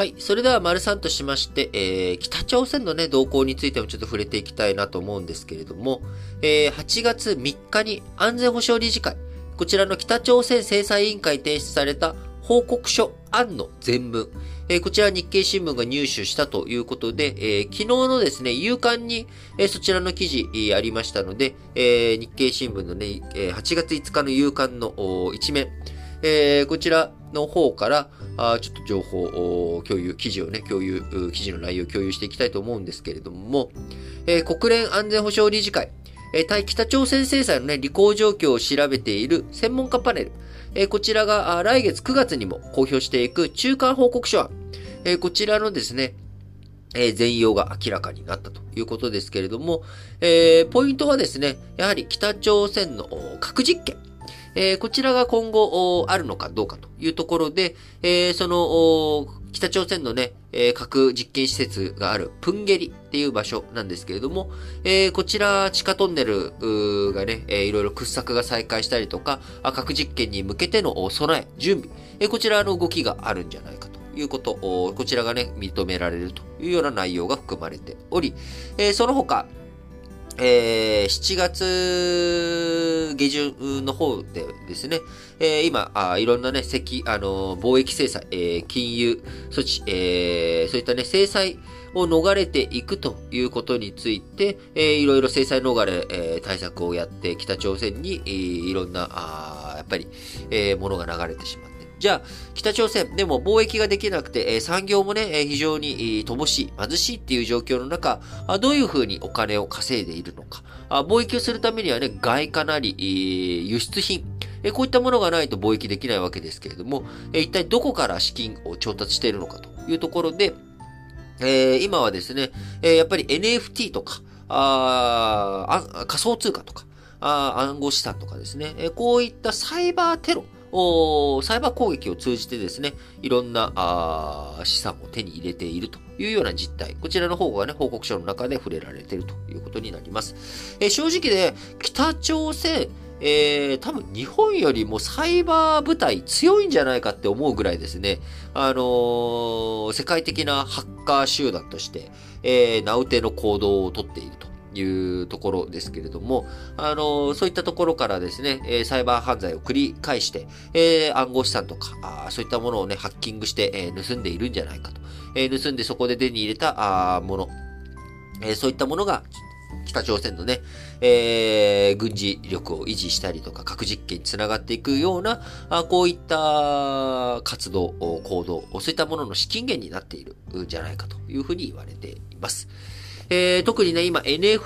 はい。それでは、丸3としまして、北朝鮮のね、動向についてもちょっと触れていきたいなと思うんですけれども、8月3日に安全保障理事会、こちらの北朝鮮制裁委員会提出された報告書案の全文、こちら日経新聞が入手したということで、昨日のですね、夕刊に、そちらの記事、ありましたので、日経新聞のね、8月5日の夕刊の一面、こちらの方から、ちょっと情報を共有、記事の内容を共有していきたいと思うんですけれども、国連安全保障理事会、対北朝鮮制裁のね、履行状況を調べている専門家パネル、こちらが来月9月にも公表していく中間報告書案、こちらのですね、全容が明らかになったということですけれども、ポイントはですね、やはり北朝鮮の核実験、こちらが今後あるのかどうかというところで、その北朝鮮のね、核実験施設があるプンゲリっていう場所なんですけれども、こちら地下トンネルがね、いろいろ掘削が再開したりとか、核実験に向けての備え、準備、こちらの動きがあるんじゃないかということ、こちらがね、認められるというような内容が含まれており、その他、7月下旬の方でですね、今、いろんなね、貿易制裁、金融措置、そういったね、制裁を逃れていくということについて、いろいろ制裁逃れ、対策をやって、北朝鮮に、いろんな、やっぱり、ものが流れてしまって。じゃあ、北朝鮮、でも貿易ができなくて、産業もね、非常に乏しい、貧しいっていう状況の中、どういうふうにお金を稼いでいるのか。貿易をするためにはね、外貨なり、輸出品、こういったものがないと貿易できないわけですけれども、一体どこから資金を調達しているのかというところで、今はですね、やっぱり NFT とか、仮想通貨とか、暗号資産とかですね、こういったサイバーテロ、サイバー攻撃を通じてですね、いろんな資産を手に入れているというような実態。こちらの方がね、報告書の中で触れられているということになります。正直で、北朝鮮、多分日本よりもサイバー部隊強いんじゃないかって思うぐらいですね、世界的なハッカー集団として、名うての行動をとっているというところですけれども、そういったところからですね、サイバー犯罪を繰り返して、暗号資産とか、そういったものをね、ハッキングして、盗んでいるんじゃないかと。盗んでそこで手に入れた、もの、そういったものが、北朝鮮のね、軍事力を維持したりとか、核実験につながっていくような、こういった活動、行動、そういったものの資金源になっているんじゃないかというふうに言われています。特にね、今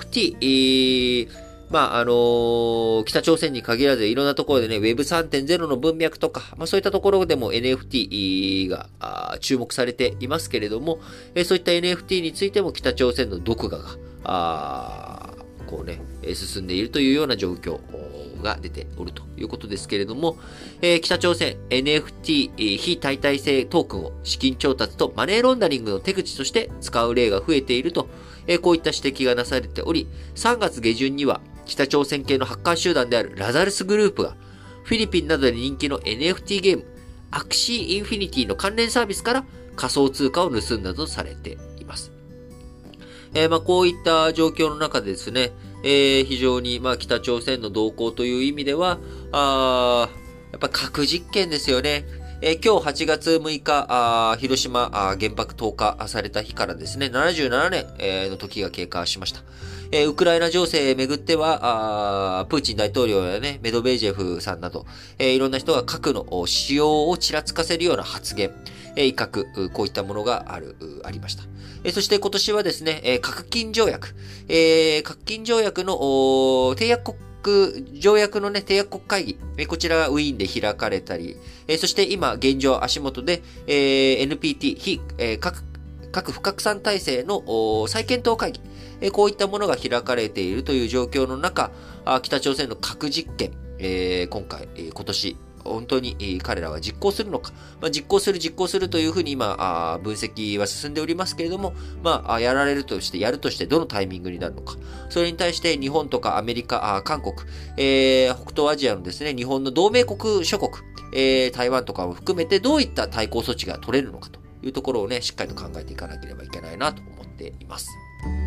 NFT、北朝鮮に限らずいろんなところでね、Web3.0 の文脈とか、そういったところでも NFT が注目されていますけれども、そういった NFT についても北朝鮮の独画が、こうね、進んでいるというような状況が出ておるということですけれども、北朝鮮 NFT、非代替性トークンを資金調達とマネーロンダリングの手口として使う例が増えていると、こういった指摘がなされており、3月下旬には北朝鮮系のハッカー集団であるラザルスグループが、フィリピンなどで人気の NFT ゲーム、アクシーインフィニティの関連サービスから仮想通貨を盗んだとされています。こういった状況の中でですね、非常に北朝鮮の動向という意味では、やっぱ核実験ですよね。今日8月6日、広島原爆投下された日からですね、77年、の時が経過しました。ウクライナ情勢めぐっては、プーチン大統領やね、メドベージェフさんなど、いろんな人が核の使用をちらつかせるような発言、威嚇、こういったものがありました。そして今年はですね、核禁条約、核禁条約の締約国条約のね、締約国会議、こちらがウィーンで開かれたり、そして今、現状足元で、NPT、核不拡散体制の再検討会議、こういったものが開かれているという状況の中、北朝鮮の核実験、今年、本当に彼らは実行するのか、実行するというふうに今、分析は進んでおりますけれども、やるとしてどのタイミングになるのか。それに対して日本とかアメリカ、韓国、北東アジアのですね、日本の同盟国諸国、台湾とかを含めてどういった対抗措置が取れるのかというところをね、しっかりと考えていかなければいけないなと思っています。